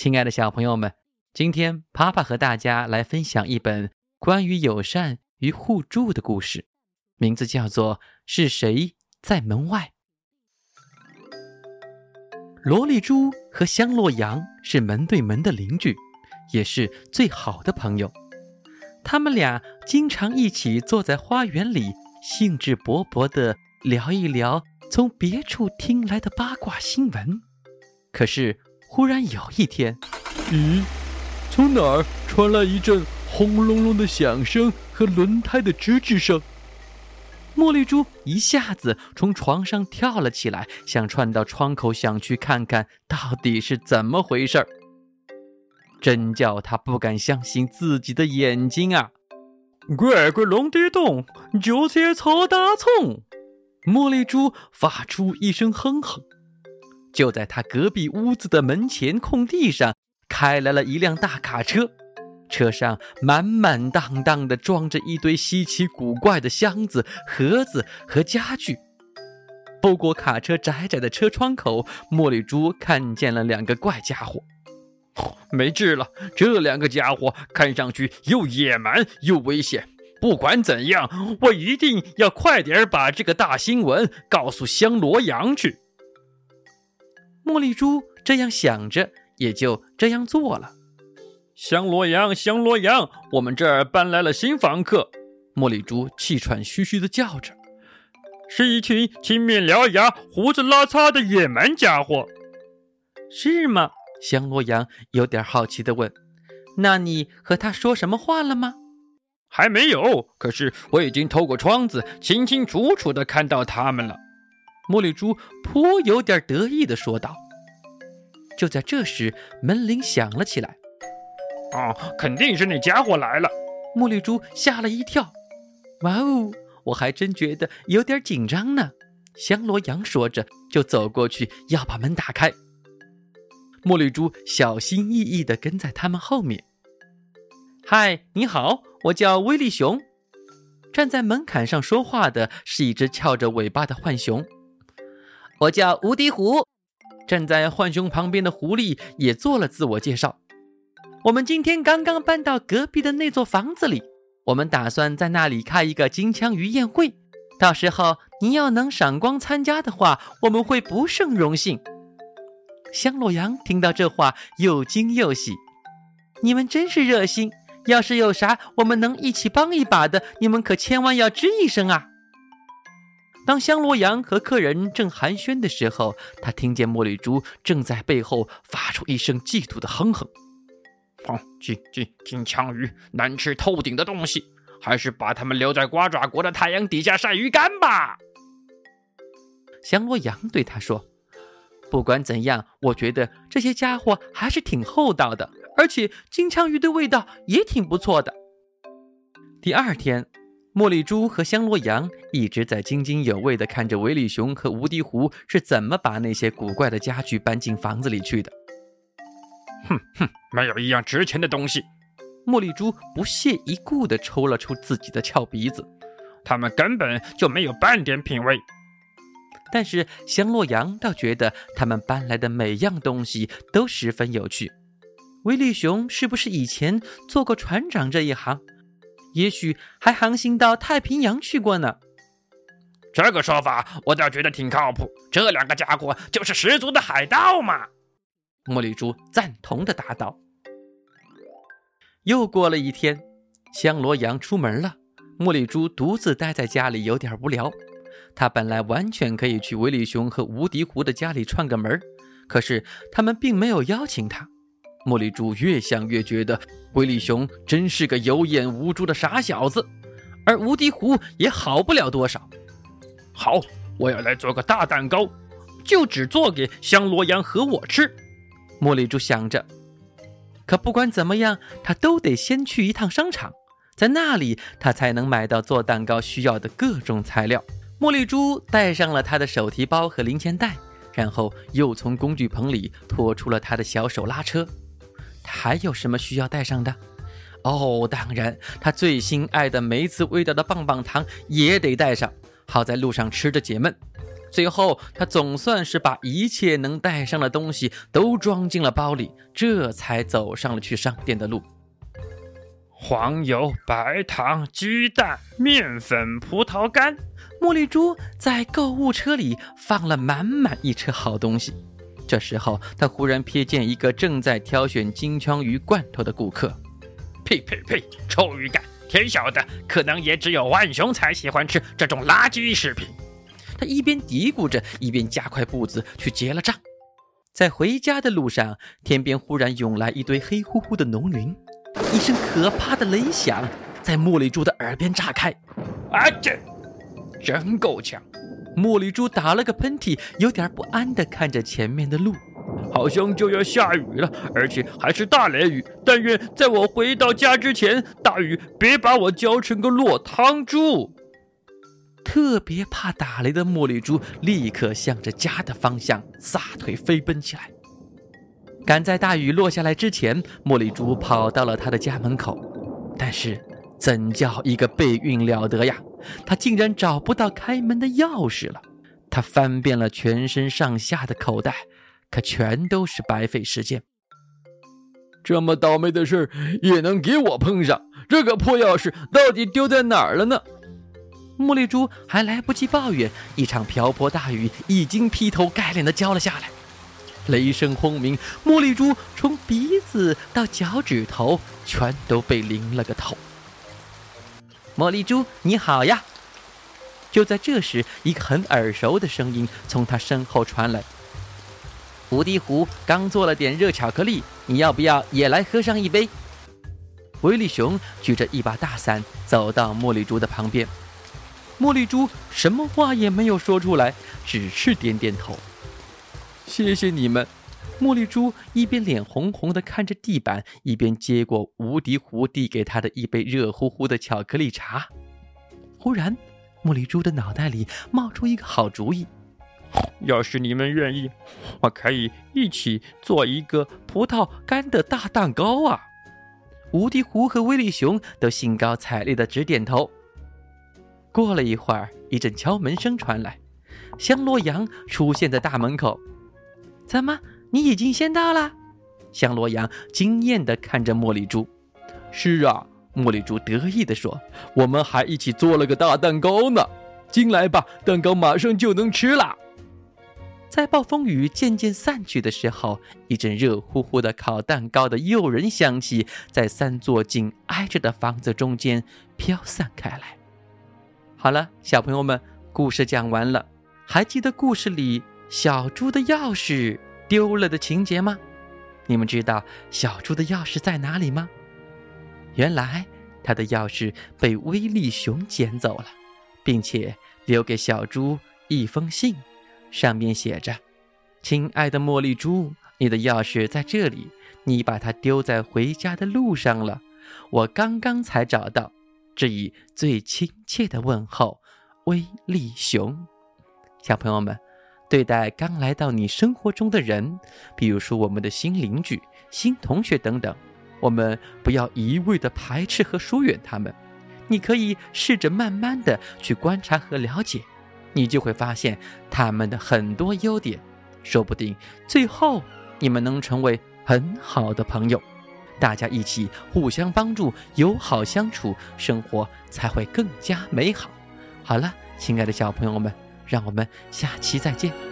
亲爱的小朋友们，今天爸爸和大家来分享一本关于友善与互助的故事，名字叫做《是谁在门外》。萝莉猪和香洛羊是门对门的邻居，也是最好的朋友。他们俩经常一起坐在花园里，兴致勃勃地聊一聊从别处听来的八卦新闻。可是忽然有一天， 咦，从哪儿传来一阵轰隆隆的响声和轮胎的吱吱声？ 茉莉猪一下子从床上跳了起来，想窜到窗口，想去看看到底是怎么回事。真叫他不敢相信自己的眼睛啊！ 乖乖龙地洞，就些草大葱。 茉莉猪发出一声哼哼。就在他隔壁屋子的门前空地上，开来了一辆大卡车，车上满满当当地装着一堆稀奇古怪的箱子、盒子和家具。透过卡车窄窄的车窗口，茉莉猪看见了两个怪家伙。 没治了，这两个家伙看上去又野蛮又危险。不管怎样，我一定要快点把这个大新闻告诉香罗羊去。 茉莉猪这样想着，也就这样做了。 香罗羊，香罗羊，我们这儿搬来了新房客。 茉莉猪气喘吁吁地叫着， 是一群青面獠牙、胡子拉碴的野蛮家伙。 是吗？香罗羊有点好奇地问。那你和他说什么话了吗？ 还没有，可是我已经透过窗子清清楚楚地看到他们了。 茉莉猪颇有点得意地说道。就在这时，门铃响了起来。 肯定是那家伙来了。 茉莉猪吓了一跳。哇哦，我还真觉得有点紧张呢。香罗羊说着，就走过去要把门打开。茉莉猪小心翼翼地跟在他们后面。嗨，你好，我叫威利熊。站在门槛上说话的是一只翘着尾巴的浣熊。我叫无敌狐。站在浣熊旁边的狐狸也做了自我介绍。我们今天刚刚搬到隔壁的那座房子里，我们打算在那里开一个金枪鱼宴会，到时候你要能赏光参加的话，我们会不胜荣幸。香洛羊听到这话又惊又喜。你们真是热心，要是有啥我们能一起帮一把的，你们可千万要吱一声啊。当香罗羊和客人正寒暄的时候，他听见茉莉猪正在背后发出一声嫉妒的哼哼。 金枪鱼，难吃透顶的东西，还是把它们留在瓜爪国的太阳底下晒鱼干吧。 香罗羊对他说，不管怎样，我觉得这些家伙还是挺厚道的，而且金枪鱼的味道也挺不错的。第二天，茉莉猪和香罗羊一直在津津有味地看着威利熊和无敌狐是怎么把那些古怪的家具搬进房子里去的。 没有一样值钱的东西。 茉莉猪不屑一顾地抽了抽自己的翘鼻子。 他们根本就没有半点品味。 但是香洛羊倒觉得他们搬来的每样东西都十分有趣。威利熊是不是以前做过船长这一行？也许还航行到太平洋去过呢。 这个说法我倒觉得挺靠谱，这两个家伙就是十足的海盗嘛。 茉莉猪赞同地答道。又过了一天，香罗羊出门了，茉莉猪独自待在家里有点无聊。他本来完全可以去威利熊和无敌狐的家里串个门，可是他们并没有邀请他。茉莉猪越想越觉得威利熊真是个有眼无珠的傻小子，而无敌狐也好不了多少。 好，我要来做个大蛋糕，就只做给香罗羊和我吃。 茉莉猪想着。可不管怎么样，他都得先去一趟商场，在那里他才能买到做蛋糕需要的各种材料。茉莉猪带上了他的手提包和零钱袋，然后又从工具棚里拖出了他的小手拉车。他还有什么需要带上的？当然，他最心爱的梅子味道的棒棒糖也得带上，好在路上吃着解闷。 最后他总算是把一切能带上的东西都装进了包里，这才走上了去商店的路。 黄油、白糖、鸡蛋、面粉、葡萄干。 茉莉猪在购物车里放了满满一车好东西。这时候他忽然瞥见一个正在挑选金枪鱼罐头的顾客。 呸呸呸，臭鱼干，天晓得，可能也只有浣熊才喜欢吃这种垃圾食品。 他一边嘀咕着，一边加快步子去结了账。在回家的路上，天边忽然涌来一堆黑乎乎的浓云，一声可怕的雷响在茉莉猪的耳边炸开。 啊，这真够呛！ 茉莉猪打了个喷嚏，有点不安地看着前面的路。 好像就要下雨了，而且还是大雷雨。但愿在我回到家之前，大雨别把我浇成个落汤猪。 特别怕打雷的茉莉猪立刻向着家的方向撒腿飞奔起来。赶在大雨落下来之前，茉莉猪跑到了他的家门口，但是怎叫一个背运了得呀，他竟然找不到开门的钥匙了。他翻遍了全身上下的口袋，可全都是白费时间。 这么倒霉的事也能给我碰上，这个破钥匙到底丢在哪儿了呢？ 茉莉猪还来不及抱怨，一场瓢泼大雨已经劈头盖脸地浇了下来。雷声轰鸣，茉莉猪从鼻子到脚趾头全都被淋了个透。茉莉猪你好呀！就在这时，一个很耳熟的声音从他身后传来。无敌湖刚做了点热巧克力，你要不要也来喝上一杯？威力熊举着一把大伞走到茉莉猪的旁边。茉莉猪什么话也没有说出来，只是点点头。谢谢你们。茉莉猪一边脸红红地看着地板，一边接过无敌湖递给他的一杯热乎乎的巧克力茶。忽然茉莉猪的脑袋里冒出一个好主意， 要是你们愿意，我可以一起做一个葡萄干的大蛋糕啊！ 无敌湖和威力熊都兴高采烈地直点头。过了一会儿，一阵敲门声传来，香罗羊出现在大门口。怎么，你已经先到了？香罗羊惊艳地看着茉莉猪。 是啊，茉莉猪得意地说，我们还一起做了个大蛋糕呢。进来吧，蛋糕马上就能吃了。 在暴风雨渐渐散去的时候，一阵热乎乎的烤蛋糕的诱人香气在3座紧挨着的房子中间飘散开来。好了，小朋友们，故事讲完了。还记得故事里小猪的钥匙丢了的情节吗？你们知道小猪的钥匙在哪里吗？原来他的钥匙被威力熊捡走了，并且留给小猪一封信，上面写着：亲爱的茉莉猪，你的钥匙在这里，你把它丢在回家的路上了，我刚刚才找到，致以最亲切的问候，威力熊。小朋友们，对待刚来到你生活中的人，比如说我们的新邻居、新同学等等，我们不要一味的排斥和疏远他们，你可以试着慢慢的去观察和了解，你就会发现他们的很多优点，说不定最后你们能成为很好的朋友，大家一起互相帮助，友好相处，生活才会更加美好。好了，亲爱的小朋友们，让我们下期再见。